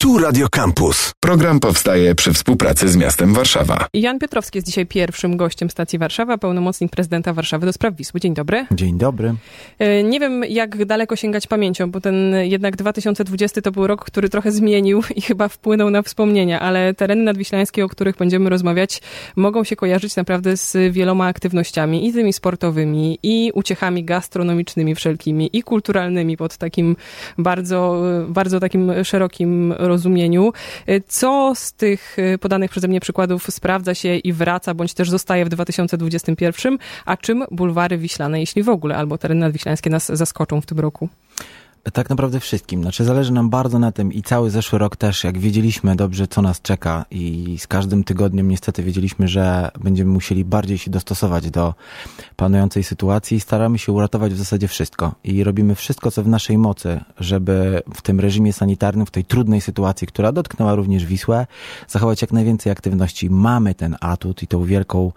Tu Radio Campus. Program powstaje przy współpracy z miastem Warszawa. Jan Piotrowski jest dzisiaj pierwszym gościem stacji Warszawa, pełnomocnik prezydenta Warszawy do spraw Wisły. Dzień dobry. Dzień dobry. Nie wiem, jak daleko sięgać pamięcią, bo ten jednak 2020 to był rok, który trochę zmienił i chyba wpłynął na wspomnienia, ale tereny nadwiślańskie, o których będziemy rozmawiać, mogą się kojarzyć naprawdę z wieloma aktywnościami, i tymi sportowymi, i uciechami gastronomicznymi wszelkimi, i kulturalnymi pod takim bardzo takim szerokim rozumieniu. Co z tych podanych przeze mnie przykładów sprawdza się i wraca, bądź też zostaje w 2021, a czym bulwary wiślane, jeśli w ogóle, albo tereny nadwiślańskie nas zaskoczą w tym roku? Tak naprawdę wszystkim. Znaczy zależy nam bardzo na tym i cały zeszły rok też, jak wiedzieliśmy dobrze, co nas czeka i z każdym tygodniem niestety wiedzieliśmy, że będziemy musieli bardziej się dostosować do panującej sytuacji i staramy się uratować w zasadzie wszystko. I robimy wszystko, co w naszej mocy, żeby w tym reżimie sanitarnym, w tej trudnej sytuacji, która dotknęła również Wisłę, zachować jak najwięcej aktywności. Mamy ten atut i tą wielką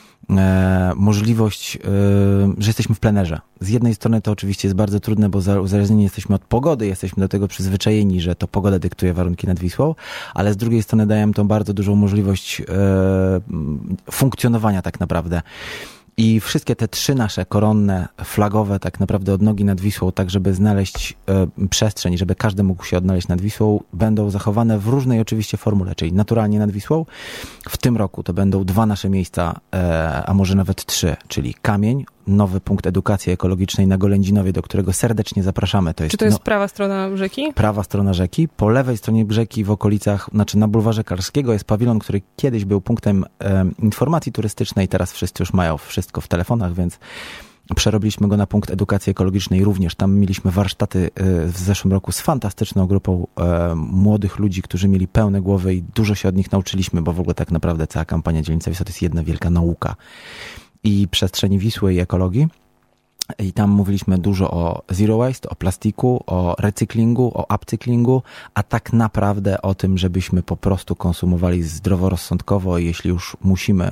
możliwość, że jesteśmy w plenerze. Z jednej strony to oczywiście jest bardzo trudne, bo uzależnieni jesteśmy od pogody, jesteśmy do tego przyzwyczajeni, że to pogoda dyktuje warunki nad Wisłą, ale z drugiej strony daje nam to bardzo dużą możliwość funkcjonowania tak naprawdę. I wszystkie te trzy nasze koronne, flagowe tak naprawdę odnogi nad Wisłą, tak żeby znaleźć przestrzeń, żeby każdy mógł się odnaleźć nad Wisłą, będą zachowane w różnej oczywiście formule, czyli naturalnie nad Wisłą. W tym roku to będą 2 nasze miejsca, a może nawet 3, czyli Kamień, nowy punkt edukacji ekologicznej na Golędzinowie, do którego serdecznie zapraszamy. Czy to jest prawa strona rzeki? Prawa strona rzeki. Po lewej stronie rzeki w okolicach, znaczy na bulwarze Karskiego jest pawilon, który kiedyś był punktem informacji turystycznej, teraz wszyscy już mają wszystko w telefonach, więc przerobiliśmy go na punkt edukacji ekologicznej również. Tam mieliśmy warsztaty w zeszłym roku z fantastyczną grupą młodych ludzi, którzy mieli pełne głowy i dużo się od nich nauczyliśmy, bo w ogóle tak naprawdę cała kampania Dzielnica Wisła to jest jedna wielka nauka i przestrzeni Wisły i ekologii. I tam mówiliśmy dużo o zero waste, o plastiku, o recyklingu, o upcyklingu, a tak naprawdę o tym, żebyśmy po prostu konsumowali zdroworozsądkowo i jeśli już musimy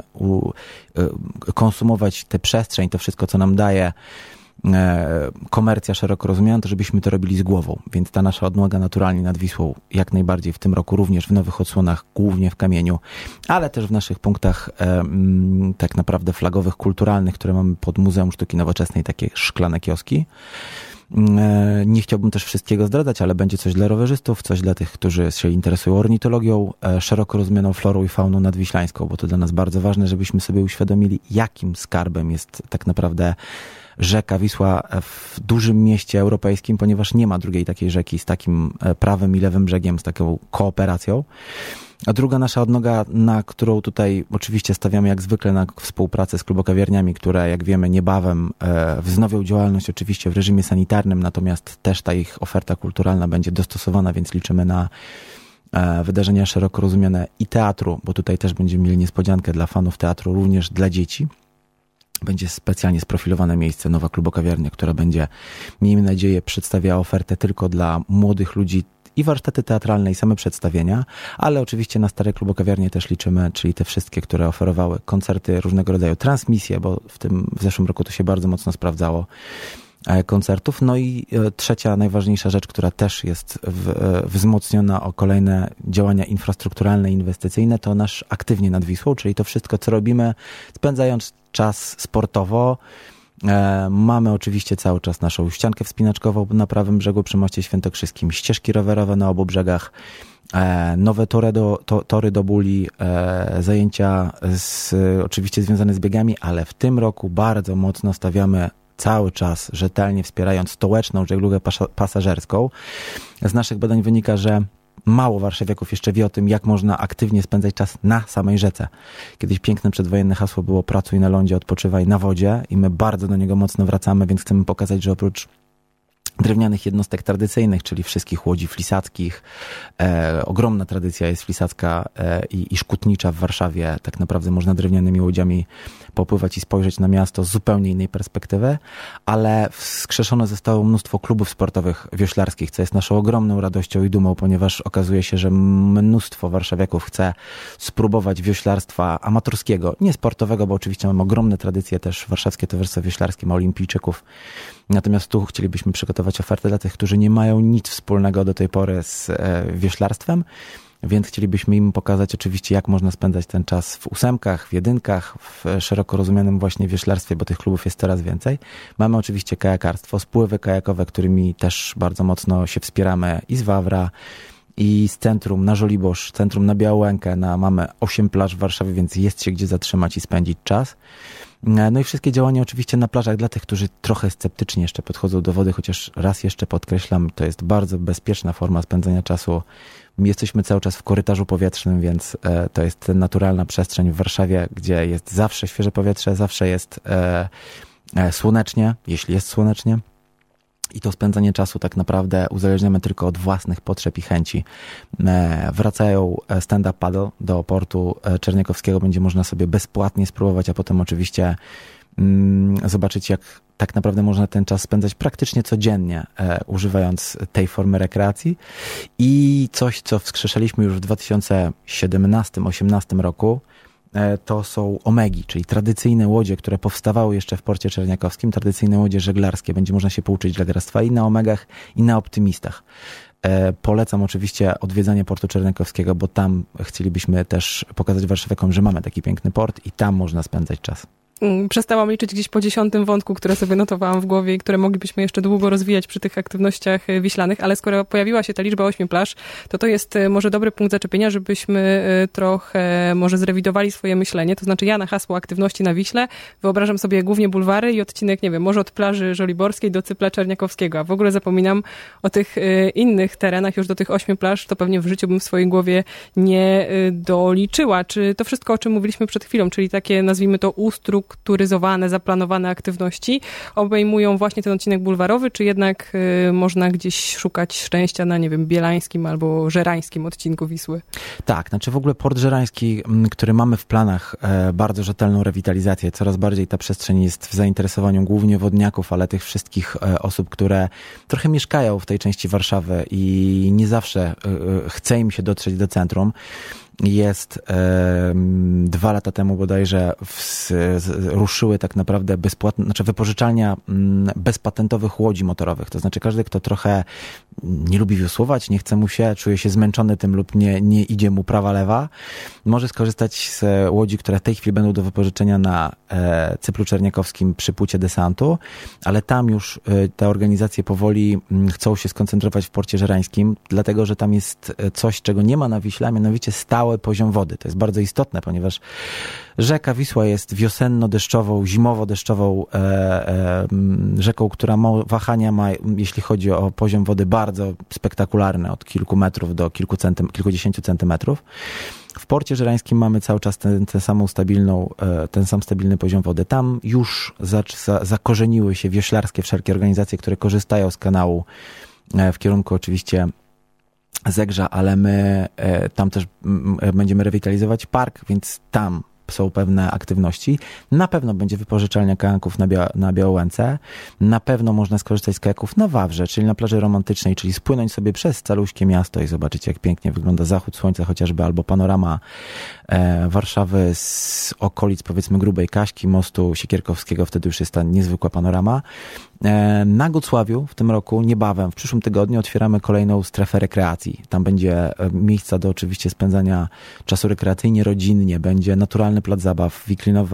konsumować tę przestrzeń, to wszystko, co nam daje komercja szeroko rozumiana, to żebyśmy to robili z głową. Więc ta nasza odnoga naturalnie nad Wisłą jak najbardziej w tym roku również w nowych odsłonach, głównie w Kamieniu, ale też w naszych punktach tak naprawdę flagowych, kulturalnych, które mamy pod Muzeum Sztuki Nowoczesnej, takie szklane kioski. Nie chciałbym też wszystkiego zdradzać, ale będzie coś dla rowerzystów, coś dla tych, którzy się interesują ornitologią, szeroko rozumianą florą i fauną nadwiślańską, bo to dla nas bardzo ważne, żebyśmy sobie uświadomili, jakim skarbem jest tak naprawdę rzeka Wisła w dużym mieście europejskim, ponieważ nie ma drugiej takiej rzeki z takim prawym i lewym brzegiem, z taką kooperacją. A druga nasza odnoga, na którą tutaj oczywiście stawiamy jak zwykle na współpracę z klubokawiarniami, które jak wiemy niebawem wznowią działalność oczywiście w reżimie sanitarnym, natomiast też ta ich oferta kulturalna będzie dostosowana, więc liczymy na wydarzenia szeroko rozumiane i teatru, bo tutaj też będziemy mieli niespodziankę dla fanów teatru, również dla dzieci. Będzie specjalnie sprofilowane miejsce, nowa klubokawiarnia, która będzie, miejmy nadzieję, przedstawiała ofertę tylko dla młodych ludzi i warsztaty teatralne i same przedstawienia, ale oczywiście na stare klubokawiarnie też liczymy, czyli te wszystkie, które oferowały koncerty, różnego rodzaju transmisje, bo w zeszłym roku to się bardzo mocno sprawdzało, koncertów. No i trzecia, najważniejsza rzecz, która też jest wzmocniona o kolejne działania infrastrukturalne i inwestycyjne, to nasz aktywnie nad Wisłą, czyli to wszystko, co robimy, spędzając czas sportowo. Mamy oczywiście cały czas naszą ściankę wspinaczkową na prawym brzegu przy moście świętokrzyskim, ścieżki rowerowe na obu brzegach, nowe tory do buli, zajęcia oczywiście związane z biegami, ale w tym roku bardzo mocno stawiamy cały czas, rzetelnie wspierając stołeczną żeglugę pasażerską. Z naszych badań wynika, że mało warszawiaków jeszcze wie o tym, jak można aktywnie spędzać czas na samej rzece. Kiedyś piękne przedwojenne hasło było pracuj na lądzie, odpoczywaj na wodzie i my bardzo do niego mocno wracamy, więc chcemy pokazać, że oprócz drewnianych jednostek tradycyjnych, czyli wszystkich łodzi flisackich. Ogromna tradycja jest flisacka i szkutnicza w Warszawie. Tak naprawdę można drewnianymi łodziami popływać i spojrzeć na miasto z zupełnie innej perspektywy, ale wskrzeszone zostało mnóstwo klubów sportowych wioślarskich, co jest naszą ogromną radością i dumą, ponieważ okazuje się, że mnóstwo warszawiaków chce spróbować wioślarstwa amatorskiego, nie sportowego, bo oczywiście mamy ogromne tradycje też warszawskie Towarzystwo Wioślarskie ma olimpijczyków. Natomiast tu chcielibyśmy przygotować przygotować ofertę dla tych, którzy nie mają nic wspólnego do tej pory z wioślarstwem, więc chcielibyśmy im pokazać oczywiście, jak można spędzać ten czas w ósemkach, w jedynkach, w szeroko rozumianym właśnie wioślarstwie, bo tych klubów jest coraz więcej. Mamy oczywiście kajakarstwo, spływy kajakowe, którymi też bardzo mocno się wspieramy i z Wawra, i z centrum na Żoliborz, centrum na Białękę. Mamy 8 plaż w Warszawie, więc jest się gdzie zatrzymać i spędzić czas. No i wszystkie działania oczywiście na plażach dla tych, którzy trochę sceptycznie jeszcze podchodzą do wody, chociaż raz jeszcze podkreślam, to jest bardzo bezpieczna forma spędzania czasu. Jesteśmy cały czas w korytarzu powietrznym, więc to jest naturalna przestrzeń w Warszawie, gdzie jest zawsze świeże powietrze, zawsze jest słonecznie, jeśli jest słonecznie. I to spędzanie czasu tak naprawdę uzależniamy tylko od własnych potrzeb i chęci. Wracają stand-up paddle do portu Czerniakowskiego. Będzie można sobie bezpłatnie spróbować, a potem oczywiście zobaczyć, jak tak naprawdę można ten czas spędzać praktycznie codziennie, używając tej formy rekreacji. I coś, co wskrzeszaliśmy już w 2017-2018 roku, to są omegi, czyli tradycyjne łodzie, które powstawały jeszcze w porcie czerniakowskim, tradycyjne łodzie żeglarskie. Będzie można się pouczyć żeglarstwa i na omegach, i na optymistach. Polecam oczywiście odwiedzanie portu czerniakowskiego, bo tam chcielibyśmy też pokazać warszawiakom, że mamy taki piękny port i tam można spędzać czas. Przestałam liczyć gdzieś po 10. wątku, które sobie notowałam w głowie i które moglibyśmy jeszcze długo rozwijać przy tych aktywnościach wiślanych, ale skoro pojawiła się ta liczba 8 plaż, to jest może dobry punkt zaczepienia, żebyśmy trochę może zrewidowali swoje myślenie. To znaczy ja na hasło aktywności na Wiśle wyobrażam sobie głównie bulwary i odcinek, nie wiem, może od plaży żoliborskiej do Cypla Czerniakowskiego, a w ogóle zapominam o tych innych terenach, już do tych 8 plaż, to pewnie w życiu bym w swojej głowie nie doliczyła. Czy to wszystko, o czym mówiliśmy przed chwilą, czyli takie, nazwijmy to, ustrukturyzowane, zaplanowane aktywności obejmują właśnie ten odcinek bulwarowy, czy jednak można gdzieś szukać szczęścia na, nie wiem, bielańskim albo żerańskim odcinku Wisły? Tak, znaczy w ogóle Port Żerański, który mamy w planach bardzo rzetelną rewitalizację, coraz bardziej ta przestrzeń jest w zainteresowaniu głównie wodniaków, ale tych wszystkich osób, które trochę mieszkają w tej części Warszawy i nie zawsze chce im się dotrzeć do centrum. Jest 2 lata temu bodajże ruszyły tak naprawdę bezpłatne, znaczy wypożyczalnia bezpatentowych łodzi motorowych. To znaczy każdy, kto trochę nie lubi wiosłować, nie chce mu się, czuje się zmęczony tym lub nie idzie mu prawa, lewa, może skorzystać z łodzi, które w tej chwili będą do wypożyczenia na Cyplu Czerniakowskim przy płycie desantu, ale tam już te organizacje powoli chcą się skoncentrować w Porcie Żerańskim, dlatego, że tam jest coś, czego nie ma na Wiśle, a mianowicie stały poziom wody. To jest bardzo istotne, ponieważ rzeka Wisła jest wiosenno-deszczową, zimowo-deszczową rzeką, która wahania ma, jeśli chodzi o poziom wody, bardzo spektakularne, od kilku metrów do kilkudziesięciu centymetrów. W Porcie Żerańskim mamy cały czas ten sam stabilny poziom wody. Tam już zakorzeniły się wioślarskie wszelkie organizacje, które korzystają z kanału w kierunku oczywiście Zegrza, ale my tam też będziemy rewitalizować park, więc tam są pewne aktywności. Na pewno będzie wypożyczalnia kajaków na Białęce. Na pewno można skorzystać z kajaków na Wawrze, czyli na plaży romantycznej, czyli spłynąć sobie przez caluśkie miasto i zobaczyć, jak pięknie wygląda zachód słońca chociażby, albo panorama Warszawy z okolic, powiedzmy, Grubej Kaśki, mostu Siekierkowskiego. Wtedy już jest ta niezwykła panorama. Na Gocławiu w tym roku, niebawem, w przyszłym tygodniu otwieramy kolejną strefę rekreacji. Tam będzie miejsca do oczywiście spędzania czasu rekreacyjnie, rodzinnie. Będzie naturalny plac zabaw,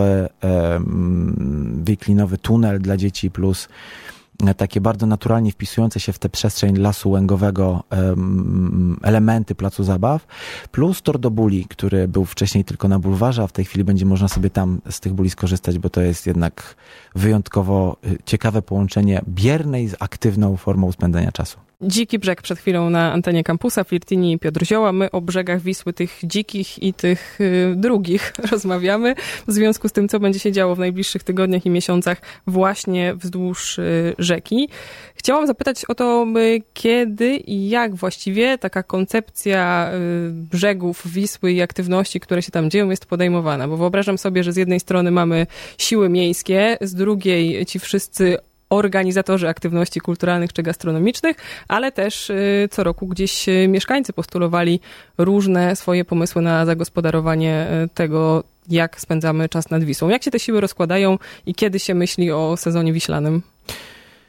wiklinowy tunel dla dzieci, plus takie bardzo naturalnie wpisujące się w tę przestrzeń lasu łęgowego elementy placu zabaw, plus tor do buli, który był wcześniej tylko na bulwarze, a w tej chwili będzie można sobie tam z tych buli skorzystać, bo to jest jednak wyjątkowo ciekawe połączenie biernej z aktywną formą spędzania czasu. Dziki brzeg przed chwilą na antenie kampusa, Flirtini i Piotr Zioła. My o brzegach Wisły, tych dzikich i tych drugich rozmawiamy w związku z tym, co będzie się działo w najbliższych tygodniach i miesiącach właśnie wzdłuż rzeki. Chciałam zapytać o to, kiedy i jak właściwie taka koncepcja brzegów Wisły i aktywności, które się tam dzieją, jest podejmowana. Bo wyobrażam sobie, że z jednej strony mamy siły miejskie, z drugiej ci wszyscy organizatorzy aktywności kulturalnych czy gastronomicznych, ale też co roku gdzieś mieszkańcy postulowali różne swoje pomysły na zagospodarowanie tego, jak spędzamy czas nad Wisłą. Jak się te siły rozkładają i kiedy się myśli o sezonie wiślanym?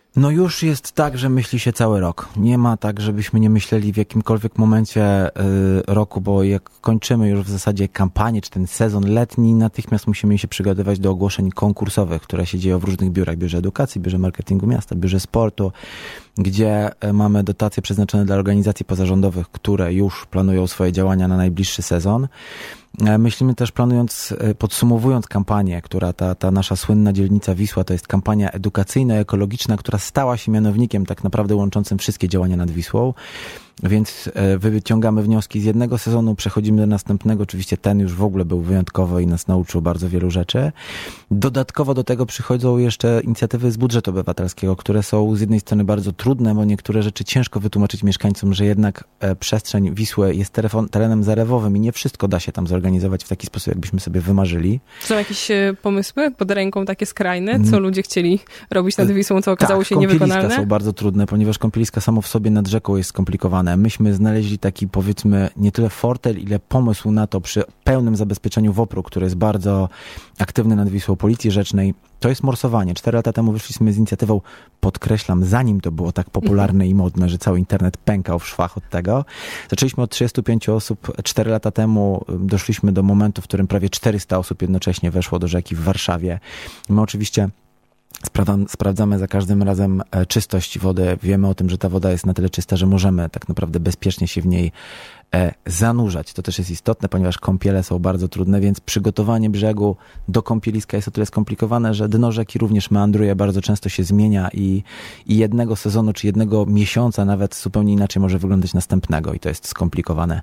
No już jest tak, że myśli się cały rok. Nie ma tak, żebyśmy nie myśleli w jakimkolwiek momencie roku, bo jak kończymy już w zasadzie kampanię, czy ten sezon letni, natychmiast musimy się przygotować do ogłoszeń konkursowych, które się dzieją w różnych biurach. Biurze edukacji, biurze marketingu miasta, biurze sportu, gdzie mamy dotacje przeznaczone dla organizacji pozarządowych, które już planują swoje działania na najbliższy sezon. Myślimy też, podsumowując kampanię, która ta nasza słynna dzielnica Wisła, to jest kampania edukacyjno-ekologiczna, która stała się mianownikiem tak naprawdę łączącym wszystkie działania nad Wisłą. Więc wyciągamy wnioski z jednego sezonu, przechodzimy do następnego. Oczywiście ten już w ogóle był wyjątkowy i nas nauczył bardzo wielu rzeczy. Dodatkowo do tego przychodzą jeszcze inicjatywy z budżetu obywatelskiego, które są z jednej strony bardzo trudne, bo niektóre rzeczy ciężko wytłumaczyć mieszkańcom, że jednak przestrzeń Wisły jest terenem zalewowym i nie wszystko da się tam zorganizować w taki sposób, jakbyśmy sobie wymarzyli. Są jakieś pomysły pod ręką takie skrajne, co ludzie chcieli robić nad Wisłą, co okazało się niewykonalne? Kąpieliska są bardzo trudne, ponieważ kąpieliska samo w sobie nad rzeką jest skomplikowane. Myśmy znaleźli taki, powiedzmy, nie tyle fortel, ile pomysł na to przy pełnym zabezpieczeniu WOPR-u, który jest bardzo aktywny nad Wisłą, Policji Rzecznej. To jest morsowanie. 4 lata temu wyszliśmy z inicjatywą, podkreślam, zanim to było tak popularne i modne, że cały internet pękał w szwach od tego. Zaczęliśmy od 35 osób. 4 lata temu doszliśmy do momentu, w którym prawie 400 osób jednocześnie weszło do rzeki w Warszawie. My oczywiście sprawdzamy za każdym razem czystość wody. Wiemy o tym, że ta woda jest na tyle czysta, że możemy tak naprawdę bezpiecznie się w niej zanurzać. To też jest istotne, ponieważ kąpiele są bardzo trudne, więc przygotowanie brzegu do kąpieliska jest o tyle skomplikowane, że dno rzeki również meandruje, bardzo często się zmienia i jednego sezonu, czy jednego miesiąca nawet zupełnie inaczej może wyglądać następnego i to jest skomplikowane.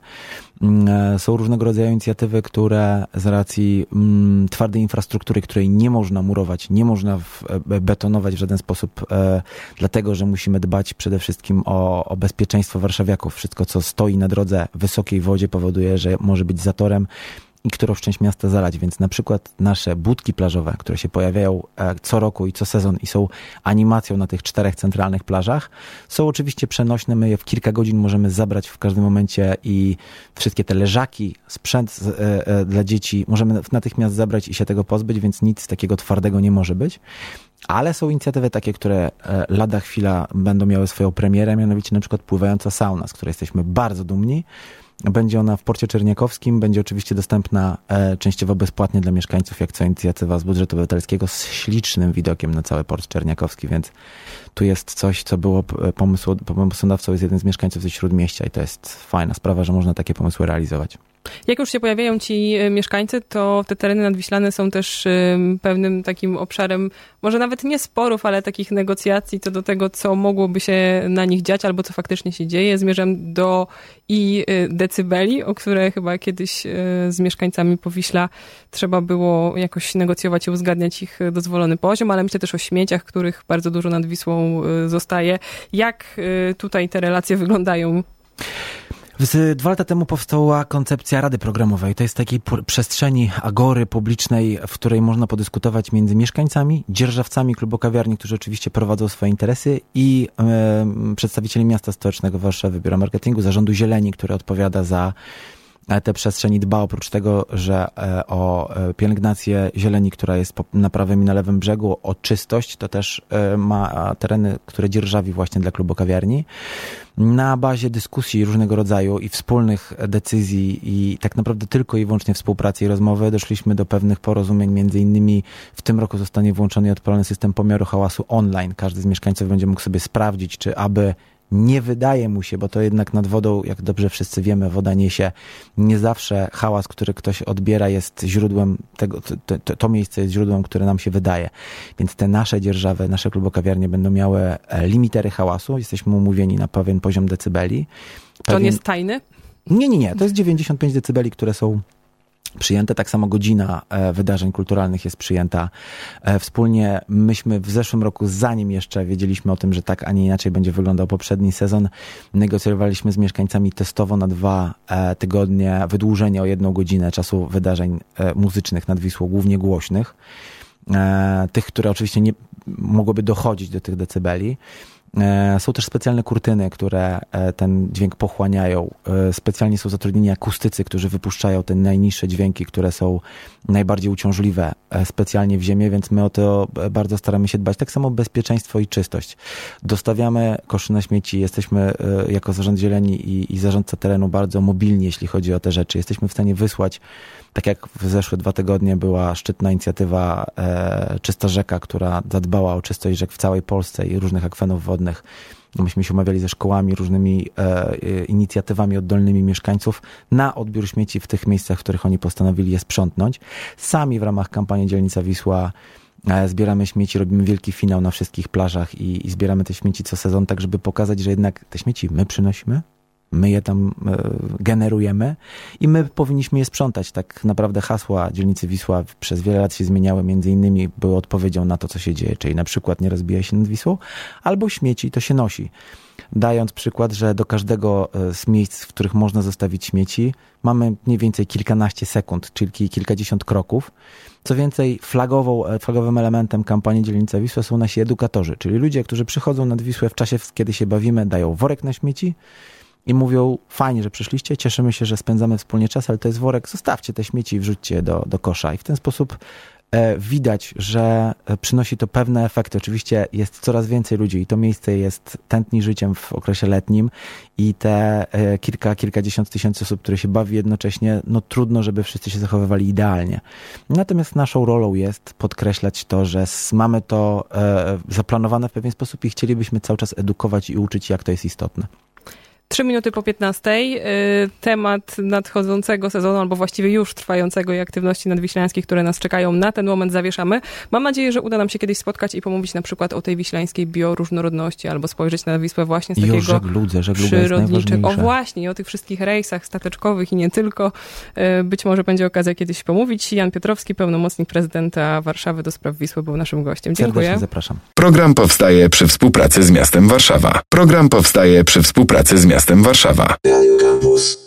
Są różnego rodzaju inicjatywy, które z racji twardej infrastruktury, której nie można murować, nie można betonować w żaden sposób, dlatego, że musimy dbać przede wszystkim o bezpieczeństwo warszawiaków. Wszystko, co stoi na drodze wysokiej wodzie, powoduje, że może być zatorem i którą część miasta zalać. Więc na przykład nasze budki plażowe, które się pojawiają co roku i co sezon i są animacją na tych 4 centralnych plażach, są oczywiście przenośne. My je w kilka godzin możemy zabrać w każdym momencie i wszystkie te leżaki, sprzęt dla dzieci możemy natychmiast zabrać i się tego pozbyć, więc nic takiego twardego nie może być. Ale są inicjatywy takie, które lada chwila będą miały swoją premierę, mianowicie na przykład pływająca sauna, z której jesteśmy bardzo dumni. Będzie ona w Porcie Czerniakowskim, będzie oczywiście dostępna częściowo bezpłatnie dla mieszkańców, jak co inicjatywa z budżetu obywatelskiego z ślicznym widokiem na cały Port Czerniakowski, więc tu jest coś, co było pomysłodawcą, jest jeden z mieszkańców ze Śródmieścia i to jest fajna sprawa, że można takie pomysły realizować. Jak już się pojawiają ci mieszkańcy, to te tereny nadwiślane są też pewnym takim obszarem, może nawet nie sporów, ale takich negocjacji co do tego, co mogłoby się na nich dziać, albo co faktycznie się dzieje. Zmierzam do decybeli, o które chyba kiedyś z mieszkańcami Powiśla trzeba było jakoś negocjować i uzgadniać ich dozwolony poziom, ale myślę też o śmieciach, których bardzo dużo nad Wisłą zostaje. Jak tutaj te relacje wyglądają? 2 lata temu powstała koncepcja Rady Programowej. To jest takiej przestrzeni agory publicznej, w której można podyskutować między mieszkańcami, dzierżawcami klubokawiarni, którzy oczywiście prowadzą swoje interesy i przedstawicieli Miasta Stołecznego Warszawy, Biura Marketingu, Zarządu Zieleni, który odpowiada za te przestrzeni, dba oprócz tego, że o pielęgnację zieleni, która jest na prawym i na lewym brzegu, o czystość, to też ma tereny, które dzierżawi właśnie dla klubokawiarni. Na bazie dyskusji różnego rodzaju i wspólnych decyzji i tak naprawdę tylko i wyłącznie współpracy i rozmowy doszliśmy do pewnych porozumień. Między innymi w tym roku zostanie włączony i odpalony system pomiaru hałasu online. Każdy z mieszkańców będzie mógł sobie sprawdzić, czy aby nie wydaje mu się, bo to jednak nad wodą, jak dobrze wszyscy wiemy, woda niesie. Nie zawsze hałas, który ktoś odbiera, jest źródłem tego, to miejsce jest źródłem, które nam się wydaje. Więc te nasze dzierżawy, nasze klubokawiarnie będą miały limitery hałasu. Jesteśmy umówieni na pewien poziom decybeli. To on jest tajny? Nie. To jest 95 decybeli, które są przyjęte. Tak samo godzina wydarzeń kulturalnych jest przyjęta. Wspólnie myśmy w zeszłym roku, zanim jeszcze wiedzieliśmy o tym, że tak, a nie inaczej będzie wyglądał poprzedni sezon, negocjowaliśmy z mieszkańcami testowo na 2 tygodnie wydłużenie o 1 godzinę czasu wydarzeń muzycznych nad Wisłą, głównie głośnych. Tych, które oczywiście nie mogłyby dochodzić do tych decybeli. Są też specjalne kurtyny, które ten dźwięk pochłaniają. Specjalnie są zatrudnieni akustycy, którzy wypuszczają te najniższe dźwięki, które są najbardziej uciążliwe specjalnie w ziemię, więc my o to bardzo staramy się dbać. Tak samo bezpieczeństwo i czystość. Dostawiamy koszy na śmieci, jesteśmy jako zarząd zieleni i zarządca terenu bardzo mobilni, jeśli chodzi o te rzeczy. Jesteśmy w stanie wysłać, tak jak w zeszłe 2 tygodnie była szczytna inicjatywa Czysta Rzeka, która zadbała o czystość rzek w całej Polsce i różnych akwenów wodnych. Myśmy się umawiali ze szkołami, różnymi inicjatywami oddolnymi mieszkańców na odbiór śmieci w tych miejscach, w których oni postanowili je sprzątnąć. Sami w ramach kampanii Dzielnica Wisła zbieramy śmieci, robimy wielki finał na wszystkich plażach i zbieramy te śmieci co sezon, tak żeby pokazać, że jednak te śmieci my przynosimy, my je tam generujemy i my powinniśmy je sprzątać. Tak naprawdę hasła Dzielnicy Wisła przez wiele lat się zmieniały, między innymi były odpowiedzią na to, co się dzieje, czyli na przykład nie rozbija się nad Wisłą, albo śmieci to się nosi. Dając przykład, że do każdego z miejsc, w których można zostawić śmieci, mamy mniej więcej kilkanaście sekund, czyli kilkadziesiąt kroków. Co więcej, flagowym elementem kampanii Dzielnica Wisła są nasi edukatorzy, czyli ludzie, którzy przychodzą nad Wisłę w czasie, kiedy się bawimy, dają worek na śmieci i mówią, fajnie, że przyszliście, cieszymy się, że spędzamy wspólnie czas, ale to jest worek, zostawcie te śmieci i wrzućcie do kosza. I w ten sposób widać, że przynosi to pewne efekty. Oczywiście jest coraz więcej ludzi i to miejsce tętni życiem w okresie letnim i te kilkadziesiąt tysięcy osób, które się bawi jednocześnie, no trudno, żeby wszyscy się zachowywali idealnie. Natomiast naszą rolą jest podkreślać to, że mamy to zaplanowane w pewien sposób i chcielibyśmy cały czas edukować i uczyć, jak to jest istotne. 3 minuty po 15. Temat nadchodzącego sezonu, albo właściwie już trwającego i aktywności nadwiślańskich, które nas czekają, na ten moment zawieszamy. Mam nadzieję, że uda nam się kiedyś spotkać i pomówić na przykład o tej wiślańskiej bioróżnorodności, albo spojrzeć na Wisłę właśnie z takiego żegludze przyrodniczego. O właśnie, o tych wszystkich rejsach stateczkowych i nie tylko. Być może będzie okazja kiedyś pomówić. Jan Piotrowski, pełnomocnik prezydenta Warszawy do spraw Wisły, był naszym gościem. Dziękuję. Serdecznie zapraszam. Program powstaje przy współpracy z miastem Warszawa. Program powstaje przy współpracy z miastem Warszawa. Radio Campus.